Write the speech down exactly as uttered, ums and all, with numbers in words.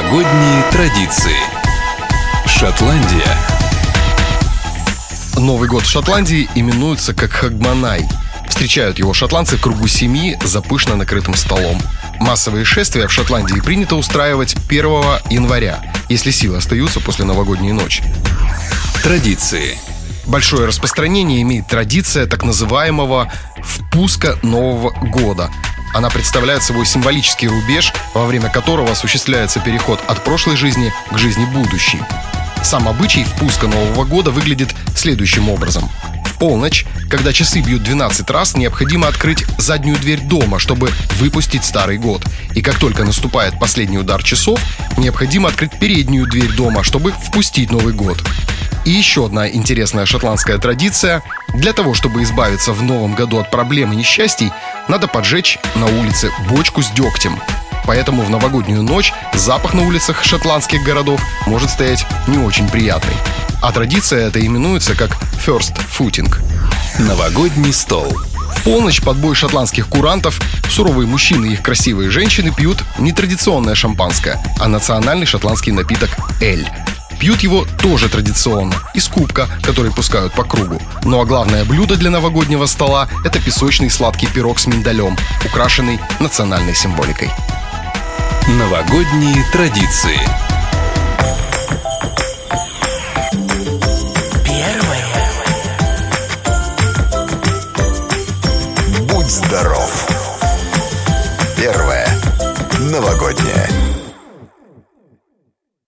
Новогодние традиции. Шотландия. Новый год в Шотландии именуется как Хагманай. Встречают его шотландцы в кругу семьи за пышно накрытым столом. Массовые шествия в Шотландии принято устраивать первого января, если силы остаются после новогодней ночи. Традиции. Большое распространение имеет традиция так называемого «впуска Нового года». Она представляет собой символический рубеж, во время которого осуществляется переход от прошлой жизни к жизни будущей. Сам обычай впуска Нового года выглядит следующим образом. В полночь, когда часы бьют двенадцать раз, необходимо открыть заднюю дверь дома, чтобы выпустить старый год. И как только наступает последний удар часов, необходимо открыть переднюю дверь дома, чтобы впустить Новый год. И еще одна интересная шотландская традиция. Для того, чтобы избавиться в новом году от проблем и несчастий, надо поджечь на улице бочку с дегтем. Поэтому в новогоднюю ночь запах на улицах шотландских городов может стоять не очень приятный. А традиция эта именуется как «first footing». Новогодний стол. В полночь под бой шотландских курантов суровые мужчины и их красивые женщины пьют не традиционное шампанское, а национальный шотландский напиток «эль». Пьют его тоже традиционно, из кубка, который пускают по кругу. Ну а главное блюдо для новогоднего стола – это песочный сладкий пирог с миндалем, украшенный национальной символикой. Новогодние традиции.